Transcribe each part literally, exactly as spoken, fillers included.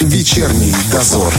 Вечерний дозор.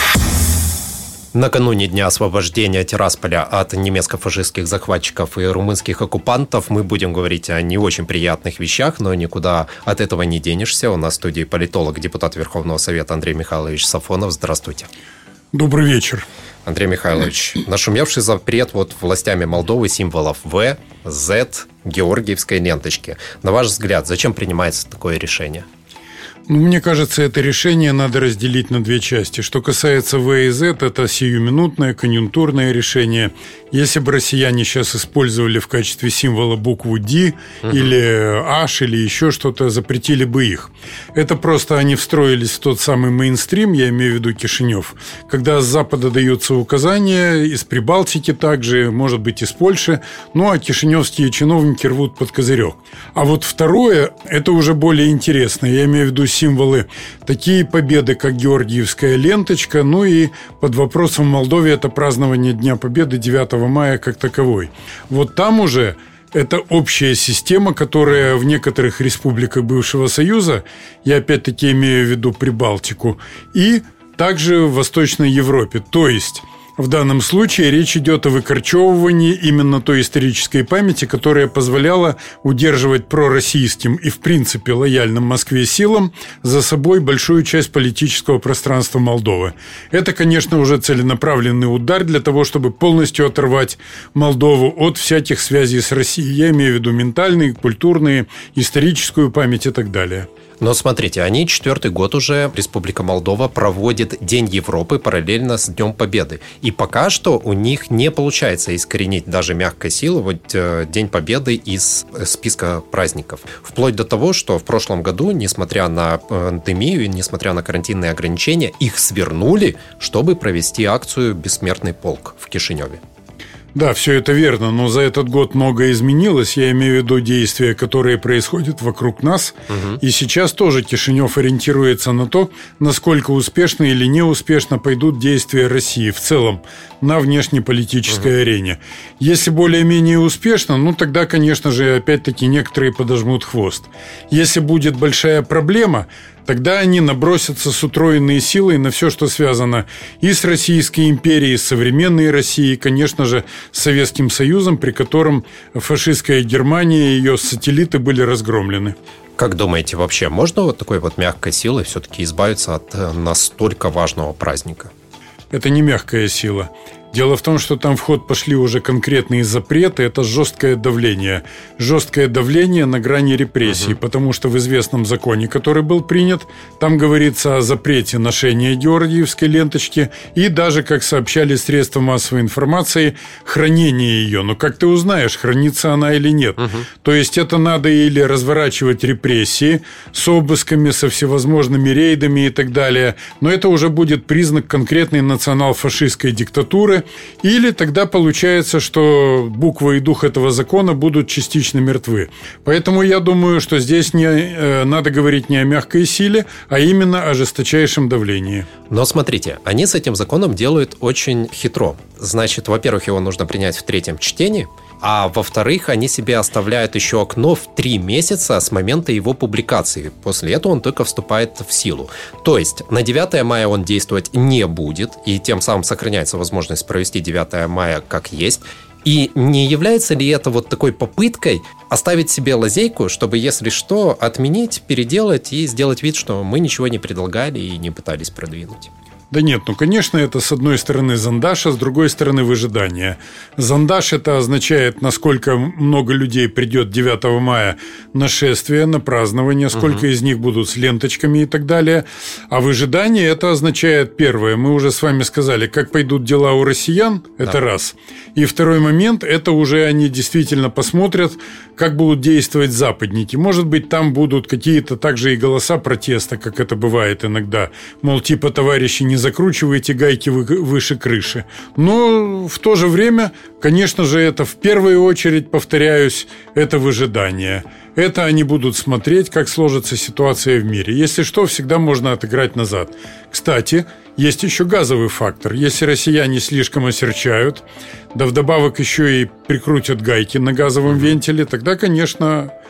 Накануне Дня освобождения Тирасполя от немецко-фашистских захватчиков и румынских оккупантов мы будем говорить о не очень приятных вещах, но никуда от этого не денешься. У нас в студии политолог, депутат Верховного Совета Андрей Михайлович Сафонов. Здравствуйте. Добрый вечер. Андрей Михайлович, нашумевший запрет вот властями Молдовы символов В, З, георгиевской ленточки. На ваш взгляд, зачем принимается такое решение? Ну, мне кажется, это решение надо разделить на две части. Что касается В и З, это сиюминутное, конъюнктурное решение. Если бы россияне сейчас использовали в качестве символа букву Д угу. или H или еще что-то, запретили бы их. Это просто они встроились в тот самый мейнстрим, я имею в виду Кишинев, когда с Запада даются указания, из Прибалтики также, может быть, из Польши, ну а кишиневские чиновники рвут под козырек. А вот второе, это уже более интересно, я имею в виду символы, такие победы, как георгиевская ленточка, ну и под вопросом в Молдове это празднование Дня Победы девятого мая как таковой. Вот там уже это общая система, которая в некоторых республиках бывшего Союза, я опять-таки имею в виду Прибалтику, и также в Восточной Европе. То есть в данном случае речь идет о выкорчевывании именно той исторической памяти, которая позволяла удерживать пророссийским и, в принципе, лояльным Москве силам за собой большую часть политического пространства Молдовы. Это, конечно, уже целенаправленный удар для того, чтобы полностью оторвать Молдову от всяких связей с Россией. Я имею в виду ментальные, культурные, историческую память и так далее. Но смотрите, они четвертый год уже, Республика Молдова, проводит День Европы параллельно с Днем Победы. И пока что у них не получается искоренить даже мягкой силой вот, э, День Победы из списка праздников. Вплоть до того, что в прошлом году, несмотря на пандемию и несмотря на карантинные ограничения, их свернули, чтобы провести акцию «Бессмертный полк» в Кишиневе. Да, все это верно, но за этот год многое изменилось. Я имею в виду действия, которые происходят вокруг нас. Угу. И сейчас тоже Кишинев ориентируется на то, насколько успешно или неуспешно пойдут действия России в целом на внешнеполитической угу. арене. Если более-менее успешно, ну тогда, конечно же, опять-таки некоторые подожмут хвост. Если будет большая проблема, тогда они набросятся с утроенной силой на все, что связано и с Российской империей, и с современной Россией, и, конечно же, с Советским Союзом, при котором фашистская Германия и ее сателлиты были разгромлены. Как думаете, вообще можно вот такой вот мягкой силой все-таки избавиться от настолько важного праздника? Это не мягкая сила. Дело в том, что там в ход пошли уже конкретные запреты, это жесткое давление. Жесткое давление на грани репрессий, угу. потому что в известном законе, который был принят, там говорится о запрете ношения георгиевской ленточки и даже, как сообщали средства массовой информации, хранение ее. Но как ты узнаешь, хранится она или нет? Угу. То есть это надо или разворачивать репрессии с обысками, со всевозможными рейдами и так далее, но это уже будет признак конкретной национал-фашистской диктатуры. Или тогда получается, что буква и дух этого закона будут частично мертвы. Поэтому я думаю, что здесь не, э, надо говорить не о мягкой силе, а именно о жесточайшем давлении. Но смотрите, они с этим законом делают очень хитро. Значит, во-первых, его нужно принять в третьем чтении, а во-вторых, они себе оставляют еще окно в три месяца с момента его публикации. После этого он только вступает в силу. То есть на девятое мая он действовать не будет, и тем самым сохраняется возможность провести девятое мая как есть. И не является ли это вот такой попыткой оставить себе лазейку, чтобы, если что, отменить, переделать и сделать вид, что мы ничего не предлагали и не пытались продвинуть? Да нет, ну, конечно, это с одной стороны зондаж, а с другой стороны выжидание. Зондаж – это означает, насколько много людей придет девятого мая на шествие, на празднование, сколько угу. из них будут с ленточками и так далее. А выжидание – это означает, первое, мы уже с вами сказали, как пойдут дела у россиян, это да. раз. И второй момент – это уже они действительно посмотрят, как будут действовать западники. Может быть, там будут какие-то также и голоса протеста, как это бывает иногда. Мол, типа, товарищи, не закручивайте гайки выше крыши. Но в то же время, конечно же, это в первую очередь, повторяюсь, это выжидание. Это они будут смотреть, как сложится ситуация в мире. Если что, всегда можно отыграть назад. Кстати, есть еще газовый фактор. Если россияне слишком осерчают, да вдобавок еще и прикрутят гайки на газовом вентиле, тогда, конечно,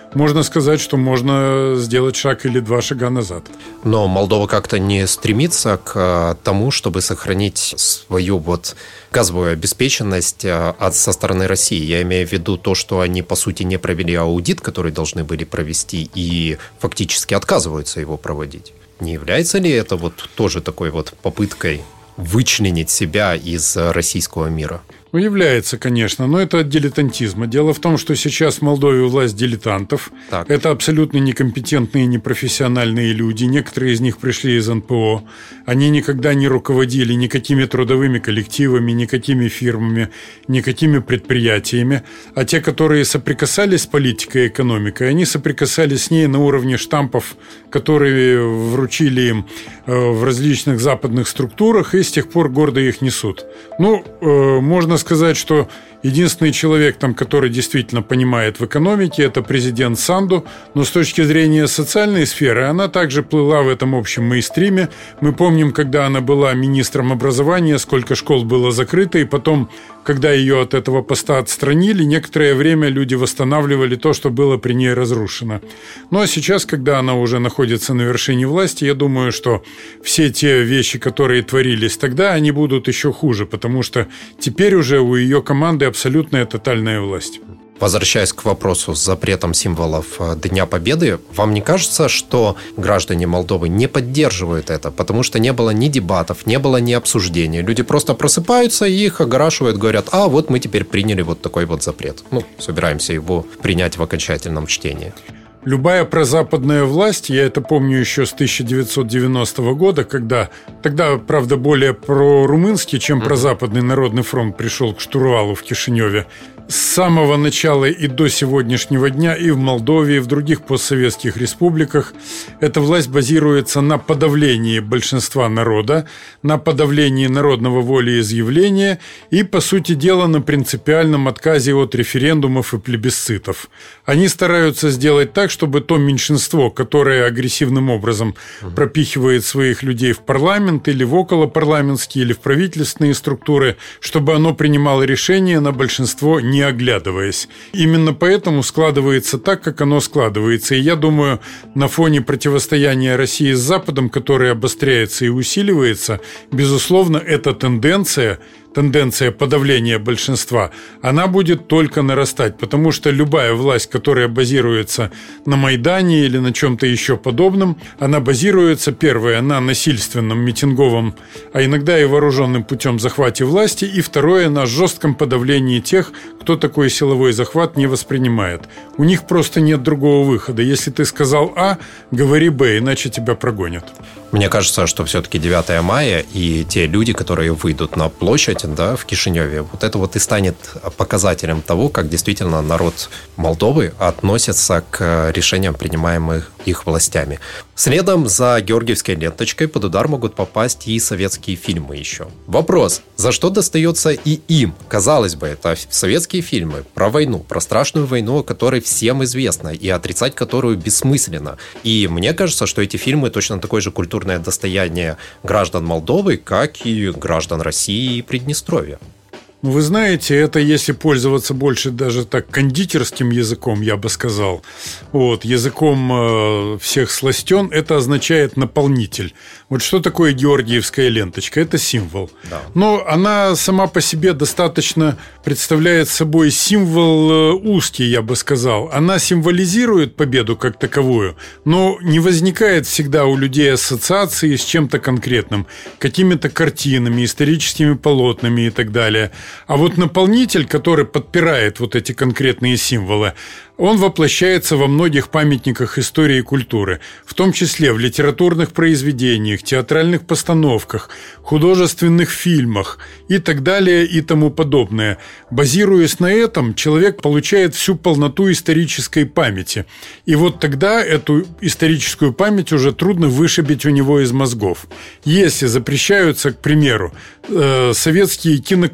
можно сказать, что можно сделать шаг или два шага назад. Но Молдова как-то не стремится к тому, чтобы сохранить свою вот газовую обеспеченность от, со стороны России. Я имею в виду то, что они, по сути, не провели аудит, который должны были провести, и фактически отказываются его проводить. Не является ли это вот тоже такой вот попыткой вычленить себя из российского мира? Ну, является, конечно, но это от дилетантизма. Дело в том, что сейчас в Молдове власть дилетантов. Так. Это абсолютно некомпетентные, непрофессиональные люди. Некоторые из них пришли из эн пэ о. Они никогда не руководили никакими трудовыми коллективами, никакими фирмами, никакими предприятиями. А те, которые соприкасались с политикой и экономикой, они соприкасались с ней на уровне штампов, которые вручили им в различных западных структурах, и с тех пор гордо их несут. Ну, можно сказать, что единственный человек, там, который действительно понимает в экономике, это президент Санду, но с точки зрения социальной сферы она также плыла в этом общем мейнстриме. Мы помним, когда она была министром образования, сколько школ было закрыто, и потом, когда ее от этого поста отстранили, некоторое время люди восстанавливали то, что было при ней разрушено. Ну а сейчас, когда она уже находится на вершине власти, я думаю, что все те вещи, которые творились тогда, они будут еще хуже, потому что теперь уже у ее команды абсолютная тотальная власть. Возвращаясь к вопросу с запретом символов Дня Победы, вам не кажется, что граждане Молдовы не поддерживают это? Потому что не было ни дебатов, не было ни обсуждений. Люди просто просыпаются и их огорашивают, говорят: а вот мы теперь приняли вот такой вот запрет. Ну, собираемся его принять в окончательном чтении. Любая прозападная власть, я это помню еще с тысяча девятьсот девяностого года, когда, тогда, правда, более прорумынский, чем прозападный Народный фронт пришел к штурвалу в Кишиневе, с самого начала и до сегодняшнего дня и в Молдове, и в других постсоветских республиках эта власть базируется на подавлении большинства народа, на подавлении народного волеизъявления и, по сути дела, на принципиальном отказе от референдумов и плебисцитов. Они стараются сделать так, чтобы то меньшинство, которое агрессивным образом пропихивает своих людей в парламент или в околопарламентские, или в правительственные структуры, чтобы оно принимало решения на большинство, не оглядываясь. Именно поэтому складывается так, как оно складывается. И я думаю, на фоне противостояния России с Западом, которое обостряется и усиливается, безусловно, эта тенденция тенденция подавления большинства, она будет только нарастать, потому что любая власть, которая базируется на Майдане или на чем-то еще подобном, она базируется, первое, на насильственном, митинговом, а иногда и вооруженным путем захвате власти, и второе, на жестком подавлении тех, кто такой силовой захват не воспринимает. У них просто нет другого выхода. Если ты сказал А, говори Б, иначе тебя прогонят. Мне кажется, что все-таки девятое мая и те люди, которые выйдут на площадь, да, в Кишиневе, вот это вот и станет показателем того, как действительно народ Молдовы относится к решениям, принимаемым их властями. Следом за георгиевской ленточкой под удар могут попасть и советские фильмы еще. Вопрос: за что достается и им? Казалось бы, это советские фильмы про войну, про страшную войну, о которой всем известно, и отрицать которую бессмысленно. И мне кажется, что эти фильмы точно такое же культурное достояние граждан Молдовы, как и граждан России и Приднестровья. Вы знаете, это если пользоваться больше даже так кондитерским языком, я бы сказал, вот, языком э, всех сластен, это означает наполнитель. Вот что такое георгиевская ленточка? Это символ. Да. Но она сама по себе достаточно представляет собой символ узкий, я бы сказал. Она символизирует победу как таковую, но не возникает всегда у людей ассоциации с чем-то конкретным, какими-то картинами, историческими полотнами и так далее. А вот наполнитель, который подпирает вот эти конкретные символы, он воплощается во многих памятниках истории и культуры, в том числе в литературных произведениях, театральных постановках, художественных фильмах и так далее и тому подобное. Базируясь на этом, человек получает всю полноту исторической памяти. И вот тогда эту историческую память уже трудно вышибить у него из мозгов. Если запрещаются, к примеру, советские кинокартины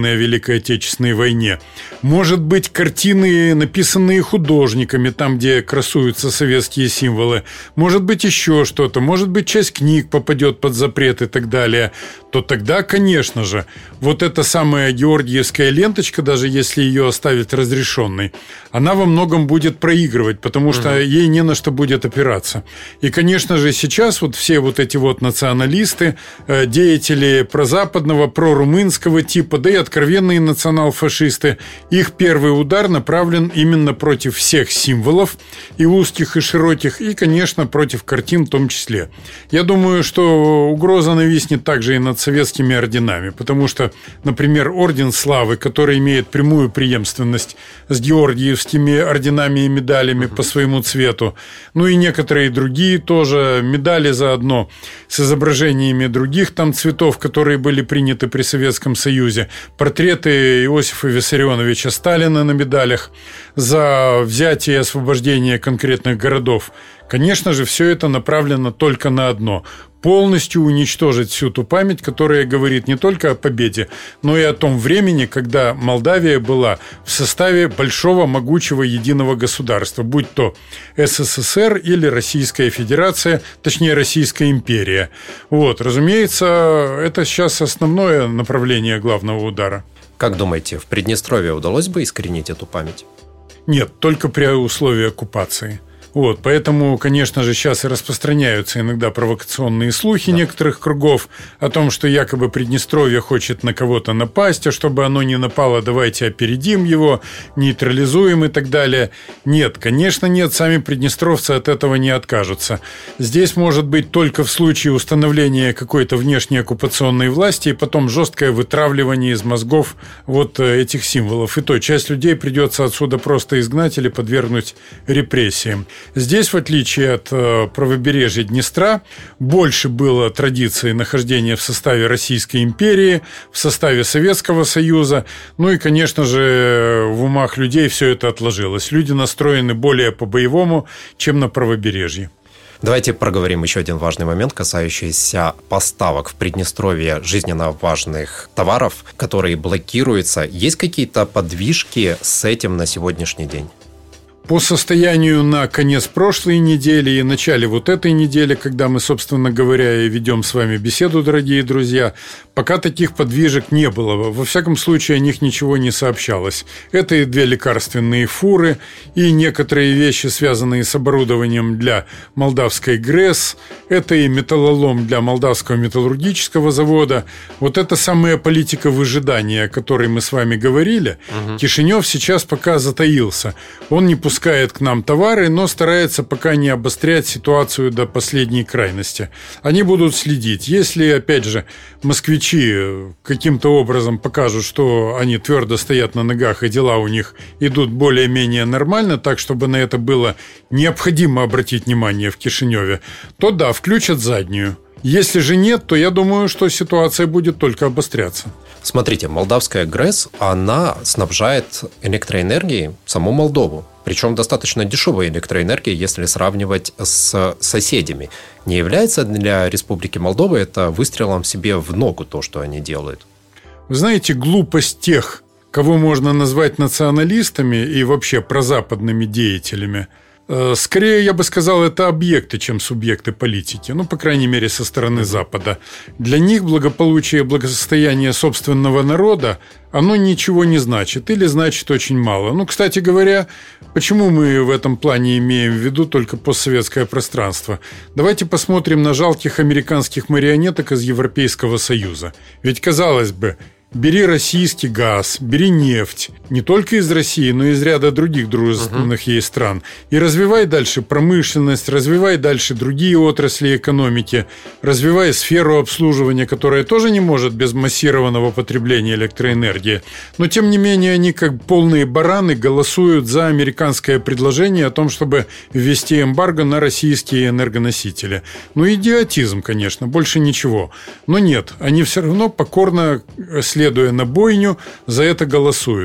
посвященные Великой Отечественной войне. Может быть, картины, написанные художниками, там, где красуются советские символы. Может быть, еще что-то. Может быть, часть книг попадет под запрет и так далее. То тогда, конечно же, вот эта самая георгиевская ленточка, даже если ее оставить разрешенной, она во многом будет проигрывать, потому что угу. ей не на что будет опираться. И, конечно же, сейчас вот все вот эти вот националисты, деятели прозападного, прорумынского типа, да и откровенные национал-фашисты, их первый удар направлен именно против всех символов, и узких, и широких, и, конечно, против картин в том числе. Я думаю, что угроза нависнет также и над советскими орденами, потому что, например, Орден Славы, который имеет прямую преемственность с георгиевскими орденами и медалями uh-huh. по своему цвету, ну и некоторые другие тоже медали заодно с изображениями других там цветов, которые были приняты при Советском Союзе, портреты Иосифа Виссарионовича Сталина на медалях за взятие и освобождение конкретных городов. Конечно же, все это направлено только на одно – полностью уничтожить всю ту память, которая говорит не только о победе, но и о том времени, когда Молдавия была в составе большого, могучего, единого государства, будь то СССР или Российская Федерация, точнее, Российская империя. Вот, разумеется, это сейчас основное направление главного удара. Как думаете, в Приднестровье удалось бы искоренить эту память? Нет, только при условии оккупации. Вот, поэтому, конечно же, сейчас и распространяются иногда провокационные слухи да. некоторых кругов о том, что якобы Приднестровье хочет на кого-то напасть, а чтобы оно не напало, давайте опередим его, нейтрализуем и так далее. Нет, конечно, нет, сами приднестровцы от этого не откажутся. Здесь может быть только в случае установления какой-то внешней оккупационной власти и потом жесткое вытравливание из мозгов вот этих символов. И то часть людей придется отсюда просто изгнать или подвергнуть репрессиям. Здесь, в отличие от э, правобережья Днестра, больше было традиций нахождения в составе Российской империи, в составе Советского Союза. Ну и, конечно же, в умах людей все это отложилось. Люди настроены более по-боевому, чем на правобережье. Давайте проговорим еще один важный момент, касающийся поставок в Приднестровье жизненно важных товаров, которые блокируются. Есть какие-то подвижки с этим на сегодняшний день? По состоянию на конец прошлой недели и начале вот этой недели, когда мы, собственно говоря, и ведем с вами беседу, дорогие друзья, пока таких подвижек не было. Во всяком случае, о них ничего не сообщалось. Это и две лекарственные фуры, и некоторые вещи, связанные с оборудованием для молдавской ГРЭС, это и металлолом для молдавского металлургического завода. Вот это самая политика выжидания, о которой мы с вами говорили. Угу. Кишинев сейчас пока затаился. Он не пускает пускает к нам товары, но старается пока не обострять ситуацию до последней крайности. Они будут следить. Если, опять же, москвичи каким-то образом покажут, что они твердо стоят на ногах и дела у них идут более-менее нормально, так, чтобы на это было необходимо обратить внимание в Кишиневе, то да, включат заднюю. Если же нет, то я думаю, что ситуация будет только обостряться. Смотрите, молдавская ГРЭС, она снабжает электроэнергией саму Молдову. Причем достаточно дешевой электроэнергией, если сравнивать с соседями. Не является для Республики Молдова это выстрелом себе в ногу, то, что они делают? Вы знаете, глупость тех, кого можно назвать националистами и вообще прозападными деятелями, скорее, я бы сказал, это объекты, чем субъекты политики. Ну, по крайней мере, со стороны Запада. Для них благополучие и благосостояние собственного народа, оно ничего не значит или значит очень мало. Ну, кстати говоря, почему мы в этом плане имеем в виду только постсоветское пространство? Давайте посмотрим на жалких американских марионеток из Европейского Союза. Ведь, казалось бы, бери российский газ, бери нефть, не только из России, но и из ряда других дружественных uh-huh. ей стран, и развивай дальше промышленность, развивай дальше другие отрасли экономики, развивай сферу обслуживания, которая тоже не может без массированного потребления электроэнергии. Но, тем не менее, они, как полные бараны, голосуют за американское предложение о том, чтобы ввести эмбарго на российские энергоносители. Ну, идиотизм, конечно, больше ничего. Но нет, они все равно покорно, следуя на бойню, за это голосуют.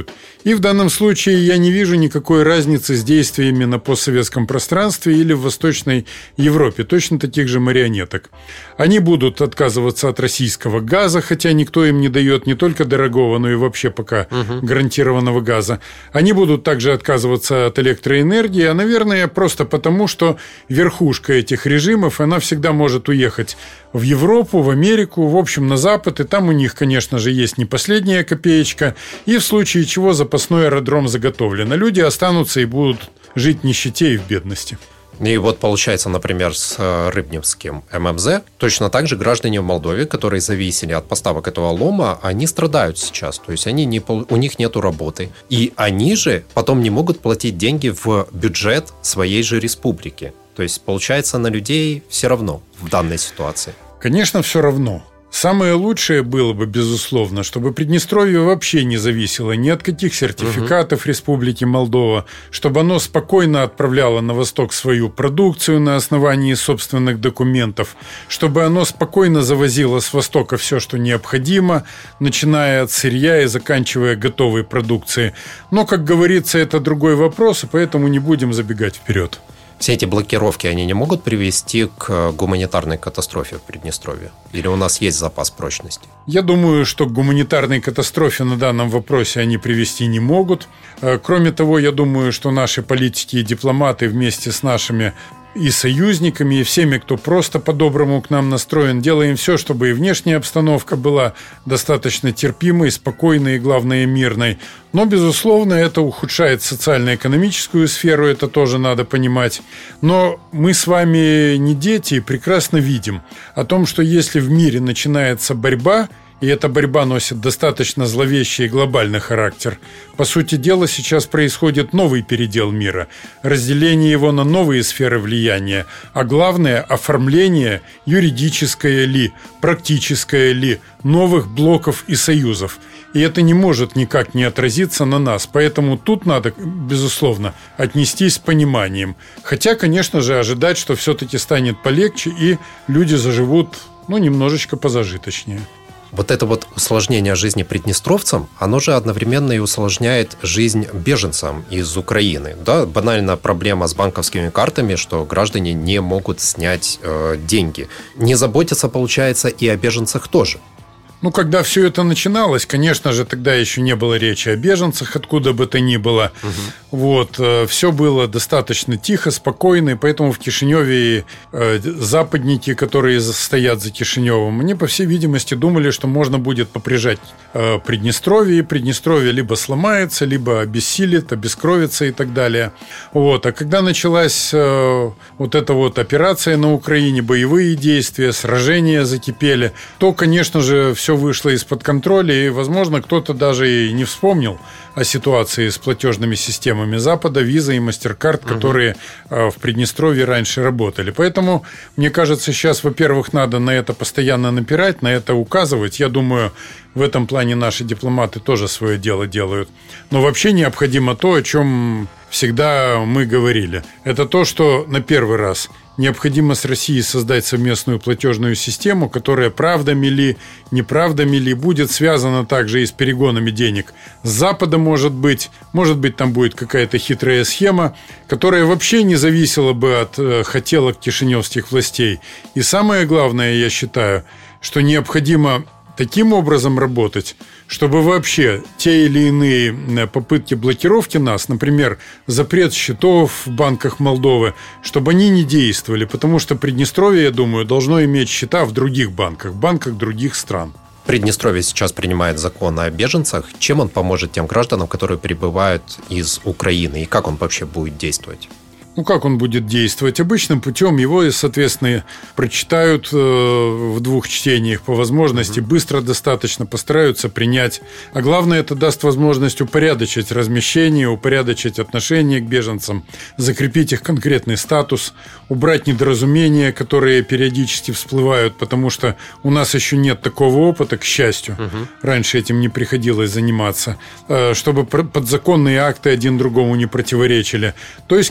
И в данном случае я не вижу никакой разницы с действиями на постсоветском пространстве или в Восточной Европе, точно таких же марионеток. Они будут отказываться от российского газа, хотя никто им не дает не только дорогого, но и вообще пока угу. гарантированного газа. Они будут также отказываться от электроэнергии, а, наверное, просто потому, что верхушка этих режимов, она всегда может уехать в Европу, в Америку, в общем, на Запад, и там у них, конечно же, есть не последняя копеечка, и в случае чего запасной аэродром заготовлен. А люди останутся и будут жить в нищете и в бедности. И вот получается, например, с Рыбневским эм эм зэ точно так же граждане в Молдове, которые зависели от поставок этого лома, они страдают сейчас. То есть они не, у них нету работы. И они же потом не могут платить деньги в бюджет своей же республики. То есть получается, на людей все равно в данной ситуации. Конечно, все равно. Самое лучшее было бы, безусловно, чтобы Приднестровье вообще не зависело ни от каких сертификатов угу. Республики Молдова, чтобы оно спокойно отправляло на восток свою продукцию на основании собственных документов, чтобы оно спокойно завозило с востока все, что необходимо, начиная от сырья и заканчивая готовой продукцией. Но, как говорится, это другой вопрос, и поэтому не будем забегать вперед. Все эти блокировки, они не могут привести к гуманитарной катастрофе в Приднестровье? Или у нас есть запас прочности? Я думаю, что к гуманитарной катастрофе на данном вопросе они привести не могут. Кроме того, я думаю, что наши политики и дипломаты вместе с нашими и союзниками, и всеми, кто просто по-доброму к нам настроен, делаем все, чтобы и внешняя обстановка была достаточно терпимой, спокойной и, главное, мирной. Но, безусловно, это ухудшает социально-экономическую сферу, это тоже надо понимать. Но мы с вами не дети и прекрасно видим о том, что если в мире начинается борьба, и эта борьба носит достаточно зловещий и глобальный характер. По сути дела, сейчас происходит новый передел мира, разделение его на новые сферы влияния, а главное – оформление юридическое ли, практическое ли, новых блоков и союзов. И это не может никак не отразиться на нас, поэтому тут надо, безусловно, отнестись с пониманием. Хотя, конечно же, ожидать, что все-таки станет полегче и люди заживут, ну, немножечко позажиточнее. Вот это вот усложнение жизни приднестровцам, оно же одновременно и усложняет жизнь беженцам из Украины. Да, банально проблема с банковскими картами, что граждане не могут снять э, деньги. Не заботятся, получается, и о беженцах тоже. Ну, когда все это начиналось, конечно же, тогда еще не было речи о беженцах, откуда бы то ни было. Угу. Вот, все было достаточно тихо, спокойно, и поэтому в Кишиневе э, западники, которые стоят за Кишиневым, они, по всей видимости, думали, что можно будет поприжать э, Приднестровье, и Приднестровье либо сломается, либо обессилит, обескровится и так далее. Вот. А когда началась э, вот эта вот операция на Украине, боевые действия, сражения закипели, то, конечно же, все вышло из-под контроля, и, возможно, кто-то даже и не вспомнил о ситуации с платежными системами Запада, Visa и MasterCard, которые угу. в Приднестровье раньше работали. Поэтому, мне кажется, сейчас, во-первых, надо на это постоянно напирать, на это указывать. Я думаю, в этом плане наши дипломаты тоже свое дело делают. Но вообще необходимо то, о чем всегда мы говорили. Это то, что на первый раз необходимо с Россией создать совместную платежную систему, которая правдами ли, неправдами ли будет связана также и с перегонами денег с Запада, может быть. Может быть, там будет какая-то хитрая схема, которая вообще не зависела бы от э, хотелок кишиневских властей. И самое главное, я считаю, что необходимо таким образом работать, чтобы вообще те или иные попытки блокировки нас, например, запрет счетов в банках Молдовы, чтобы они не действовали, потому что Приднестровье, я думаю, должно иметь счета в других банках, банках других стран. Приднестровье сейчас принимает закон о беженцах. Чем он поможет тем гражданам, которые прибывают из Украины, и как он вообще будет действовать? Ну, как он будет действовать? Обычным путем его, соответственно, прочитают э, в двух чтениях по возможности, mm-hmm. быстро достаточно постараются принять. А главное, это даст возможность упорядочить размещение, упорядочить отношение к беженцам, закрепить их конкретный статус, убрать недоразумения, которые периодически всплывают, потому что у нас еще нет такого опыта, к счастью. Mm-hmm. Раньше этим не приходилось заниматься. Э, чтобы подзаконные акты один другому не противоречили. То есть, короче говоря,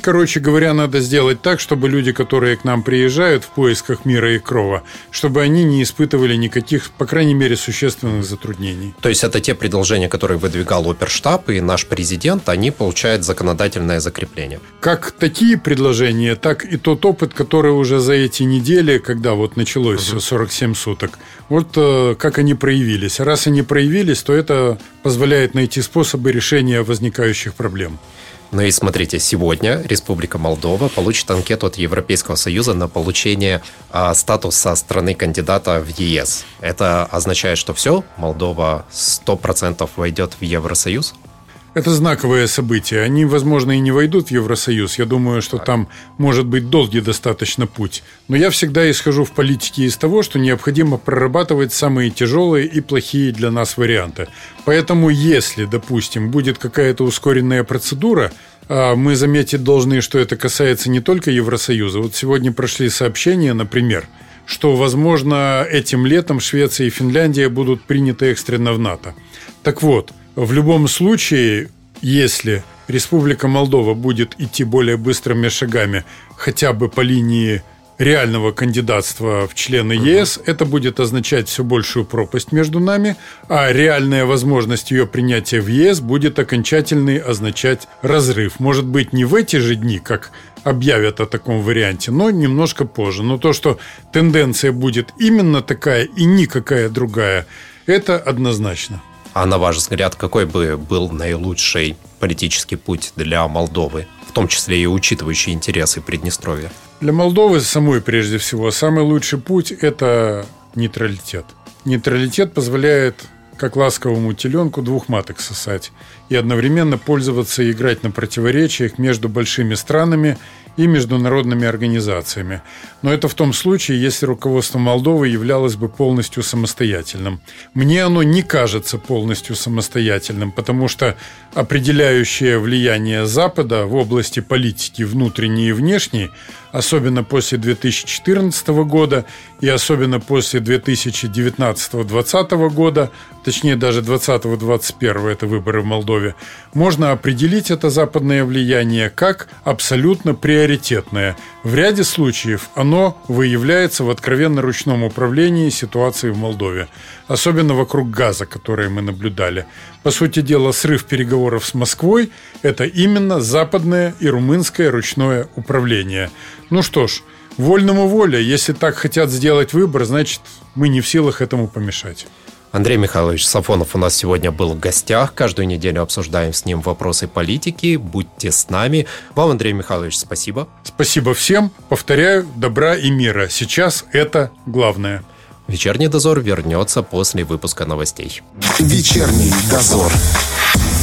говоря, надо сделать так, чтобы люди, которые к нам приезжают в поисках мира и крова, чтобы они не испытывали никаких, по крайней мере, существенных затруднений. То есть это те предложения, которые выдвигал Оперштаб и наш президент, они получают законодательное закрепление. Как такие предложения, так и тот опыт, который уже за эти недели, когда вот началось все сорок семь суток, вот э, как они проявились. Раз они проявились, то это позволяет найти способы решения возникающих проблем. Ну и смотрите, сегодня Республика Молдова получит анкету от Европейского Союза на получение а, статуса страны-кандидата в ЕС. Это означает, что все, Молдова сто процентов войдет в Евросоюз? Это знаковое событие. Они, возможно, и не войдут в Евросоюз. Я думаю, что там может быть долгий достаточно путь. Но я всегда исхожу в политике из того, что необходимо прорабатывать самые тяжелые и плохие для нас варианты. Поэтому, если, допустим, будет какая-то ускоренная процедура, мы заметить должны, что это касается не только Евросоюза. Вот сегодня прошли сообщения, например, что, возможно, этим летом Швеция и Финляндия будут приняты экстренно в НАТО. Так вот, в любом случае, если Республика Молдова будет идти более быстрыми шагами хотя бы по линии реального кандидатства в члены ЕС, uh-huh. это будет означать все большую пропасть между нами, а реальная возможность ее принятия в ЕС будет окончательный означать разрыв. Может быть, не в эти же дни, как объявят о таком варианте, но немножко позже. Но то, что тенденция будет именно такая и никакая другая, это однозначно. А на ваш взгляд, какой бы был наилучший политический путь для Молдовы, в том числе и учитывающий интересы Приднестровья? Для Молдовы самой, прежде всего, самый лучший путь – это нейтралитет. Нейтралитет позволяет, как ласковому теленку, двух маток сосать и одновременно пользоваться и играть на противоречиях между большими странами и международными организациями. Но это в том случае, если руководство Молдовы являлось бы полностью самостоятельным. Мне оно не кажется полностью самостоятельным, потому что определяющее влияние Запада в области политики внутренней и внешней, особенно после две тысячи четырнадцатого года и особенно после две тысячи девятнадцатого-двадцатого года, точнее даже двадцатого-двадцать первого, это выборы в Молдове, можно определить это западное влияние как абсолютно приоритетное. В ряде случаев оно выявляется в откровенно ручном управлении ситуацией в Молдове, особенно вокруг газа, который мы наблюдали. По сути дела, срыв переговоров с Москвой – это именно западное и румынское ручное управление. Ну что ж, вольному воля. Если так хотят сделать выбор, значит, мы не в силах этому помешать. Андрей Михайлович Сафонов у нас сегодня был в гостях. Каждую неделю обсуждаем с ним вопросы политики. Будьте с нами. Вам, Андрей Михайлович, спасибо. Спасибо всем. Повторяю, добра и мира. Сейчас это главное. Вечерний дозор вернется после выпуска новостей. Вечерний дозор.